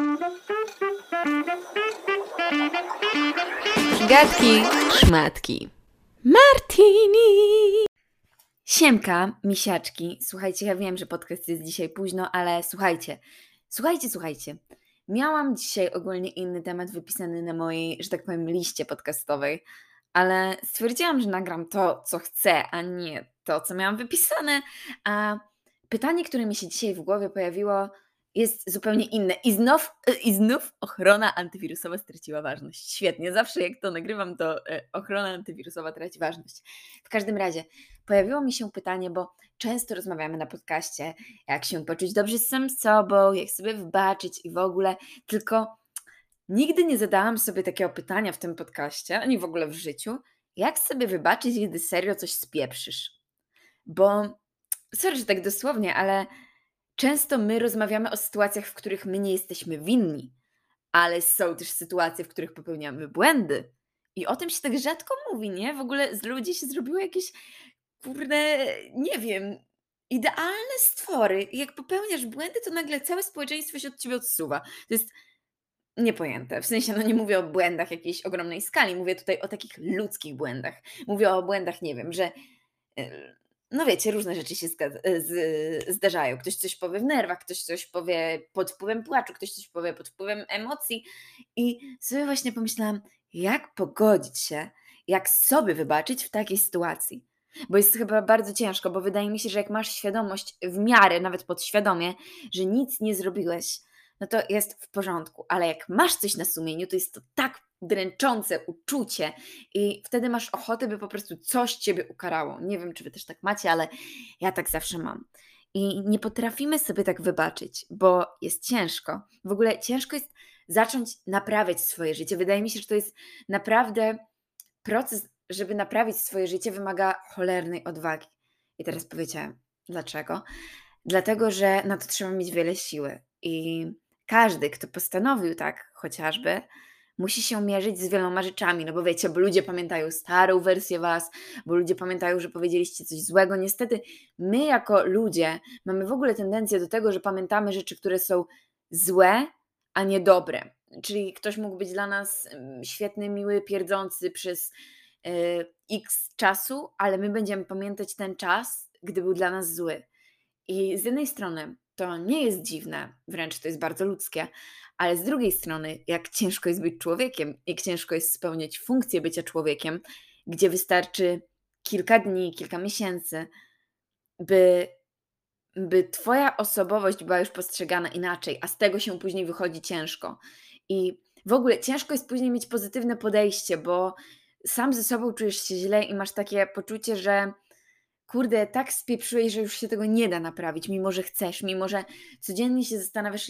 Gadki, szmatki. Martini! Siemka, misiaczki. Słuchajcie, ja wiem, że podcast jest dzisiaj późno, ale słuchajcie. Miałam dzisiaj ogólnie inny temat wypisany na mojej, że tak powiem, liście podcastowej, ale stwierdziłam, że nagram to, co chcę, a nie to, co miałam wypisane. A pytanie, które mi się dzisiaj w głowie pojawiło, jest zupełnie inne. I znów ochrona antywirusowa straciła ważność. Świetnie, zawsze jak to nagrywam, to ochrona antywirusowa traci ważność. W każdym razie, pojawiło mi się pytanie, bo często rozmawiamy na podcaście, jak się poczuć dobrze z samym sobą, jak sobie wybaczyć i w ogóle, tylko nigdy nie zadałam sobie takiego pytania w tym podcaście, ani w ogóle w życiu, jak sobie wybaczyć, kiedy serio coś spieprzysz. Bo, sorry, że tak dosłownie, ale często my rozmawiamy o sytuacjach, w których my nie jesteśmy winni, ale są też sytuacje, w których popełniamy błędy. I o tym się tak rzadko mówi, nie? W ogóle z ludzi się zrobiło jakieś, kurde, nie wiem, idealne stwory. I jak popełniasz błędy, to nagle całe społeczeństwo się od ciebie odsuwa. To jest niepojęte. W sensie, nie mówię o błędach jakiejś ogromnej skali, mówię tutaj o takich ludzkich błędach. Mówię o błędach, nie wiem, że no wiecie, różne rzeczy się zdarzają. Ktoś coś powie w nerwach, ktoś coś powie pod wpływem płaczu, ktoś coś powie pod wpływem emocji. I sobie właśnie pomyślałam, jak pogodzić się, jak sobie wybaczyć w takiej sytuacji. Bo jest chyba bardzo ciężko, bo wydaje mi się, że jak masz świadomość w miarę, nawet podświadomie, że nic nie zrobiłeś, no to jest w porządku. Ale jak masz coś na sumieniu, to jest to tak dręczące uczucie i wtedy masz ochotę, by po prostu coś ciebie ukarało. Nie wiem, czy wy też tak macie, ale ja tak zawsze mam. I nie potrafimy sobie tak wybaczyć, bo jest ciężko. W ogóle ciężko jest zacząć naprawiać swoje życie. Wydaje mi się, że to jest naprawdę proces, żeby naprawić swoje życie, wymaga cholernej odwagi. I teraz powiedziałem, dlaczego? Dlatego, że na to trzeba mieć wiele siły. I każdy, kto postanowił tak chociażby, musi się mierzyć z wieloma rzeczami, no bo wiecie, bo ludzie pamiętają starą wersję was, bo ludzie pamiętają, że powiedzieliście coś złego. Niestety my jako ludzie mamy w ogóle tendencję do tego, że pamiętamy rzeczy, które są złe, a nie dobre. Czyli ktoś mógł być dla nas świetny, miły, pierdzący przez x czasu, ale my będziemy pamiętać ten czas, gdy był dla nas zły. I z jednej strony to nie jest dziwne, wręcz to jest bardzo ludzkie, ale z drugiej strony, jak ciężko jest być człowiekiem, jak ciężko jest spełniać funkcję bycia człowiekiem, gdzie wystarczy kilka dni, kilka miesięcy, by, by twoja osobowość była już postrzegana inaczej, a z tego się później wychodzi ciężko. I w ogóle ciężko jest później mieć pozytywne podejście, bo sam ze sobą czujesz się źle i masz takie poczucie, że kurde, tak spieprzyłeś, że już się tego nie da naprawić, mimo że chcesz, mimo że codziennie się zastanawiasz,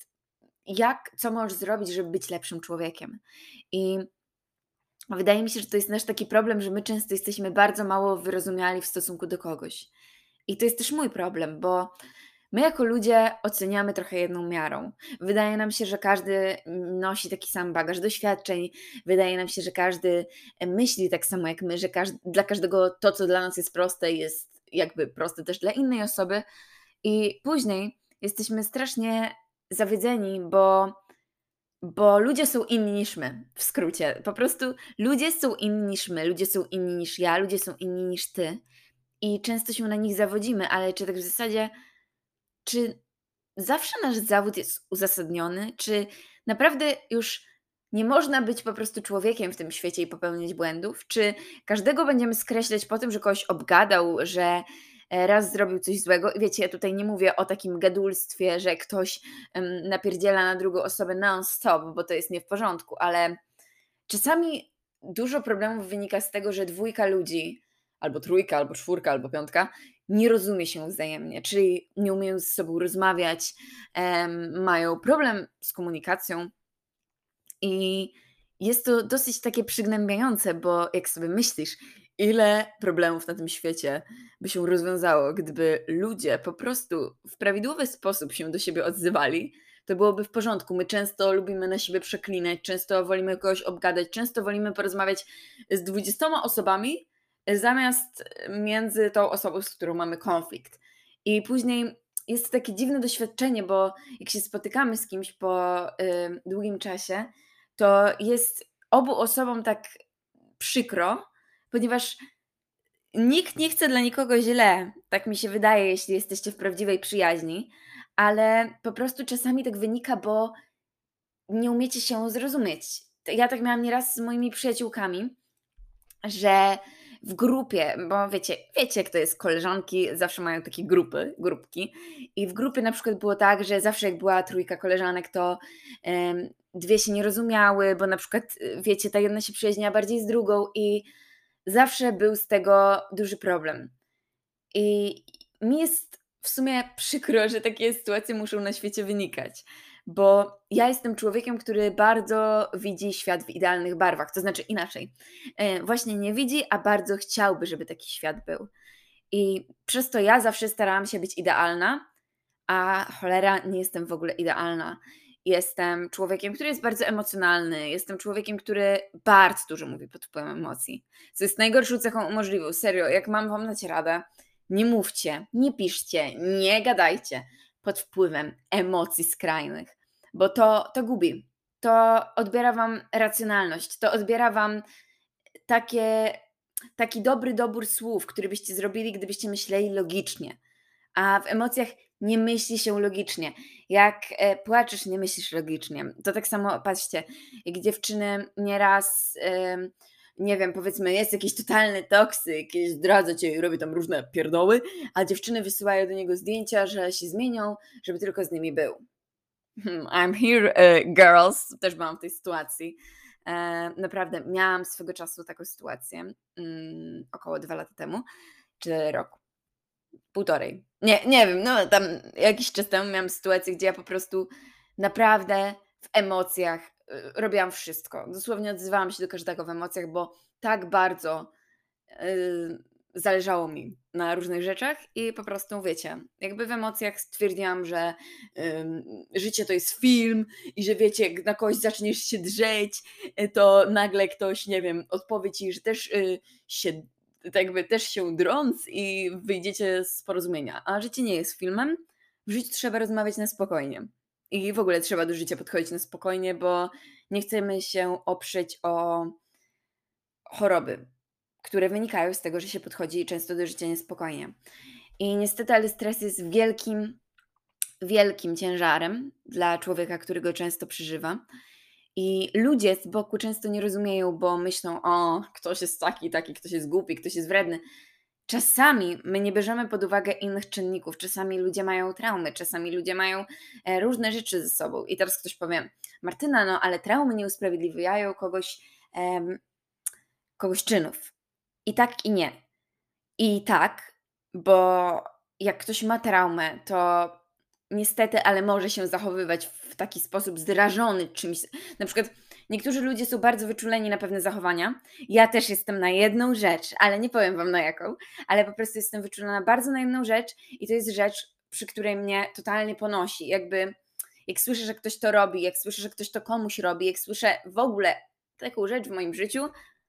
co możesz zrobić, żeby być lepszym człowiekiem. I wydaje mi się, że to jest nasz taki problem, że my często jesteśmy bardzo mało wyrozumiali w stosunku do kogoś. I to jest też mój problem, bo my jako ludzie oceniamy trochę jedną miarą. Wydaje nam się, że każdy nosi taki sam bagaż doświadczeń, wydaje nam się, że każdy myśli tak samo jak my, że dla każdego to, co dla nas jest proste, jest jakby proste też dla innej osoby. I później jesteśmy strasznie zawiedzeni, bo ludzie są inni niż my, w skrócie. Po prostu ludzie są inni niż my, ludzie są inni niż ja, ludzie są inni niż ty. I często się na nich zawodzimy, ale czy tak w zasadzie, czy zawsze nasz zawód jest uzasadniony? Czy naprawdę już nie można być po prostu człowiekiem w tym świecie i popełniać błędów? Czy każdego będziemy skreślać po tym, że kogoś obgadał, że raz zrobił coś złego? I wiecie, ja tutaj nie mówię o takim gadulstwie, że ktoś napierdziela na drugą osobę non-stop, bo to jest nie w porządku, ale czasami dużo problemów wynika z tego, że dwójka ludzi, albo trójka, albo czwórka, albo piątka, nie rozumie się wzajemnie, czyli nie umieją ze sobą rozmawiać, mają problem z komunikacją i jest to dosyć takie przygnębiające, bo jak sobie myślisz, ile problemów na tym świecie by się rozwiązało, gdyby ludzie po prostu w prawidłowy sposób się do siebie odzywali, to byłoby w porządku. My często lubimy na siebie przeklinać, często wolimy kogoś obgadać, często wolimy porozmawiać z 20 osobami, zamiast między tą osobą, z którą mamy konflikt. I później jest to takie dziwne doświadczenie, bo jak się spotykamy z kimś po, długim czasie, to jest obu osobom tak przykro, ponieważ nikt nie chce dla nikogo źle, tak mi się wydaje, jeśli jesteście w prawdziwej przyjaźni, ale po prostu czasami tak wynika, bo nie umiecie się zrozumieć. Ja tak miałam nieraz z moimi przyjaciółkami, że w grupie, bo wiecie jak to jest, koleżanki zawsze mają takie grupki i w grupie na przykład było tak, że zawsze jak była trójka koleżanek, to, 2 się nie rozumiały, bo na przykład, wiecie, ta jedna się przyjaźniła bardziej z drugą i zawsze był z tego duży problem. I mi jest w sumie przykro, że takie sytuacje muszą na świecie wynikać, bo ja jestem człowiekiem, który bardzo widzi świat w idealnych barwach, to znaczy inaczej, właśnie nie widzi, a bardzo chciałby, żeby taki świat był. I przez to ja zawsze starałam się być idealna, a cholera nie jestem w ogóle idealna. Jestem człowiekiem, który jest bardzo emocjonalny, jestem człowiekiem, który bardzo dużo mówi pod wpływem emocji, co jest najgorszą cechą możliwą. Serio, jak mam wam dać radę, nie mówcie, nie piszcie, nie gadajcie pod wpływem emocji skrajnych, bo to gubi. To odbiera wam racjonalność, to odbiera wam takie, taki dobry dobór słów, który byście zrobili, gdybyście myśleli logicznie. A w emocjach nie myśli się logicznie. Jak płaczesz, nie myślisz logicznie. To tak samo, patrzcie, jak dziewczyny nieraz, nie wiem, powiedzmy, jest jakiś totalny toksyk, jakieś zdradza cię i robi tam różne pierdoły, a dziewczyny wysyłają do niego zdjęcia, że się zmienią, żeby tylko z nimi był. I'm here, girls. Też byłam w tej sytuacji. Naprawdę, miałam swego czasu taką sytuację, około 2 lata temu, czy rok. Półtorej. Nie wiem, no tam jakiś czas temu miałam sytuację, gdzie ja po prostu naprawdę w emocjach, robiłam wszystko. Dosłownie odzywałam się do każdego w emocjach, bo tak bardzo, zależało mi na różnych rzeczach i po prostu wiecie, jakby w emocjach stwierdziłam, że, życie to jest film i że wiecie, jak na kogoś zaczniesz się drzeć, to nagle ktoś, nie wiem, odpowie ci, że też, się tak jakby też się drąc i wyjdziecie z porozumienia. A życie nie jest filmem. W życiu trzeba rozmawiać na spokojnie. I w ogóle trzeba do życia podchodzić na spokojnie, bo nie chcemy się oprzeć o choroby, które wynikają z tego, że się podchodzi często do życia niespokojnie. I niestety, ale stres jest wielkim, wielkim ciężarem dla człowieka, który go często przeżywa. I ludzie z boku często nie rozumieją, bo myślą: o, ktoś jest taki, ktoś jest głupi, ktoś jest wredny. Czasami my nie bierzemy pod uwagę innych czynników. Czasami ludzie mają traumy, czasami ludzie mają różne rzeczy ze sobą. I teraz ktoś powie: Martyna, no ale traumy nie usprawiedliwiają em, kogoś czynów. I tak, i nie. I tak, bo jak ktoś ma traumę, to niestety, ale może się zachowywać w taki sposób zrażony czymś. Na przykład niektórzy ludzie są bardzo wyczuleni na pewne zachowania. Ja też jestem na jedną rzecz, ale nie powiem wam na jaką, ale po prostu jestem wyczulona bardzo na jedną rzecz i to jest rzecz, przy której mnie totalnie ponosi. Jakby jak słyszę, że ktoś to robi, jak słyszę, że ktoś to komuś robi, jak słyszę w ogóle taką rzecz w moim życiu,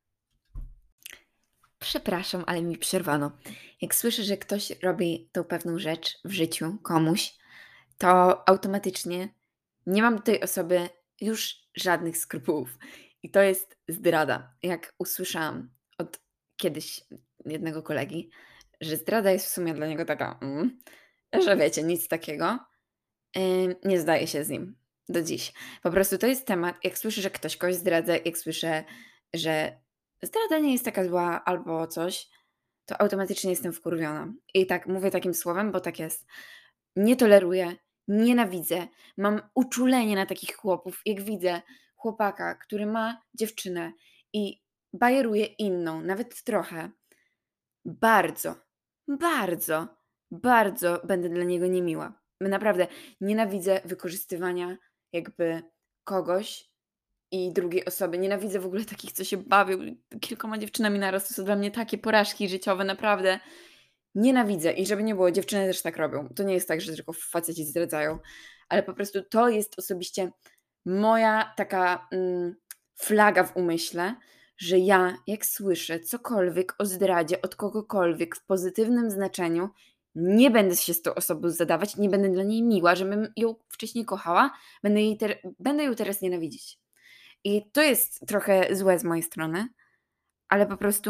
przepraszam, ale mi przerwano. Jak słyszę, że ktoś robi tą pewną rzecz w życiu komuś, to automatycznie nie mam do tej osoby już żadnych skrupułów. I to jest zdrada. Jak usłyszałam od kiedyś jednego kolegi, że zdrada jest w sumie dla niego taka, że wiecie, nic takiego, nie zdaje się z nim do dziś. Po prostu to jest temat, jak słyszę, że ktoś kogoś zdradza, jak słyszę, że zdrada nie jest taka zła albo coś, to automatycznie jestem wkurwiona. I tak mówię takim słowem, bo tak jest. Nie toleruję, nienawidzę, mam uczulenie na takich chłopów. Jak widzę chłopaka, który ma dziewczynę i bajeruje inną, nawet trochę, bardzo, bardzo, bardzo będę dla niego niemiła. Naprawdę nienawidzę wykorzystywania jakby kogoś i drugiej osoby. Nienawidzę w ogóle takich, co się bawią kilkoma dziewczynami naraz. To są dla mnie takie porażki życiowe, naprawdę. Nienawidzę i żeby nie było, dziewczyny też tak robią. To nie jest tak, że tylko faceci zdradzają, ale po prostu to jest osobiście moja taka flaga w umyśle, że ja jak słyszę cokolwiek o zdradzie od kogokolwiek w pozytywnym znaczeniu, Nie będę się z tą osobą zadawać, nie będę dla niej miła, żebym ją wcześniej kochała, będę ją teraz nienawidzić. I to jest trochę złe z mojej strony, ale po prostu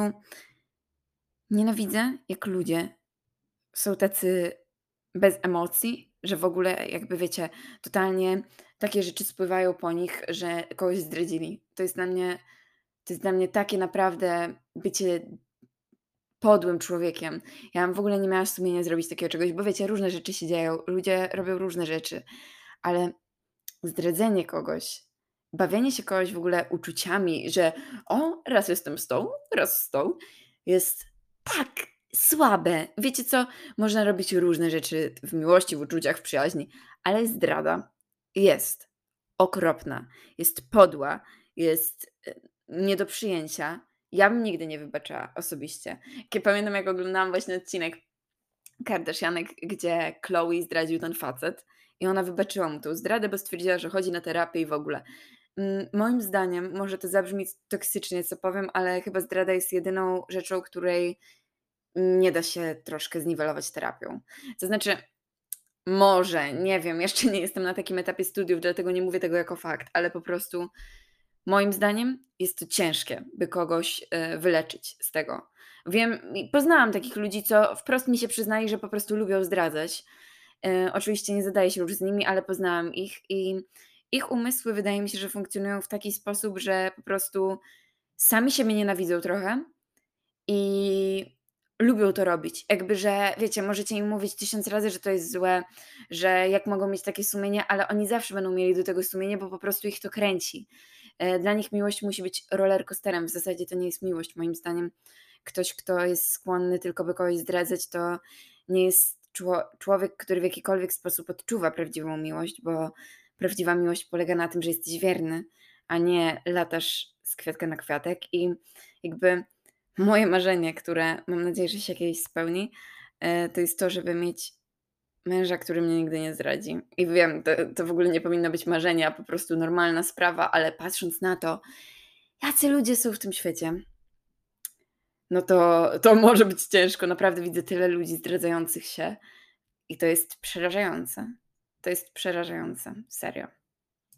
nienawidzę, jak ludzie są tacy bez emocji, że w ogóle jakby wiecie, totalnie takie rzeczy spływają po nich, że kogoś zdradzili. To jest dla mnie takie naprawdę bycie podłym człowiekiem. Ja bym w ogóle nie miała sumienia zrobić takiego czegoś, bo wiecie, różne rzeczy się dzieją, ludzie robią różne rzeczy, ale zdradzenie kogoś, bawienie się kogoś w ogóle uczuciami, że o, raz jestem z tą, raz z tą, jest tak słabe. Wiecie co? Można robić różne rzeczy w miłości, w uczuciach, w przyjaźni, ale zdrada jest okropna, jest podła, jest nie do przyjęcia. Ja bym nigdy nie wybaczyła osobiście. Pamiętam, jak oglądałam właśnie odcinek Kardashianek, gdzie Khloe zdradził ten facet i ona wybaczyła mu tą zdradę, bo stwierdziła, że chodzi na terapię i w ogóle. Moim zdaniem, może to zabrzmi toksycznie, co powiem, ale chyba zdrada jest jedyną rzeczą, której nie da się troszkę zniwelować terapią. To znaczy, może, nie wiem, jeszcze nie jestem na takim etapie studiów, dlatego nie mówię tego jako fakt, ale po prostu moim zdaniem jest to ciężkie, by kogoś, wyleczyć z tego. Wiem i poznałam takich ludzi, co wprost mi się przyznali, że po prostu lubią zdradzać. Oczywiście nie zadaję się już z nimi, ale poznałam ich i ich umysły wydaje mi się, że funkcjonują w taki sposób, że po prostu sami siebie nienawidzą trochę i lubią to robić. Jakby, że wiecie, możecie im mówić 1000 razy, że to jest złe, że jak mogą mieć takie sumienie, ale oni zawsze będą mieli do tego sumienie, bo po prostu ich to kręci. Dla nich miłość musi być rollercoasterem. W zasadzie to nie jest miłość, moim zdaniem. Ktoś, kto jest skłonny tylko by kogoś zdradzać, to nie jest człowiek, który w jakikolwiek sposób odczuwa prawdziwą miłość, bo prawdziwa miłość polega na tym, że jesteś wierny, a nie latasz z kwiatka na kwiatek. I jakby moje marzenie, które mam nadzieję, że się kiedyś spełni, to jest to, żeby mieć męża, który mnie nigdy nie zdradzi. I wiem, to w ogóle nie powinno być marzenie, a po prostu normalna sprawa, ale patrząc na to, jacy ludzie są w tym świecie, no to może być ciężko. Naprawdę widzę tyle ludzi zdradzających się i to jest przerażające. To jest przerażające, serio.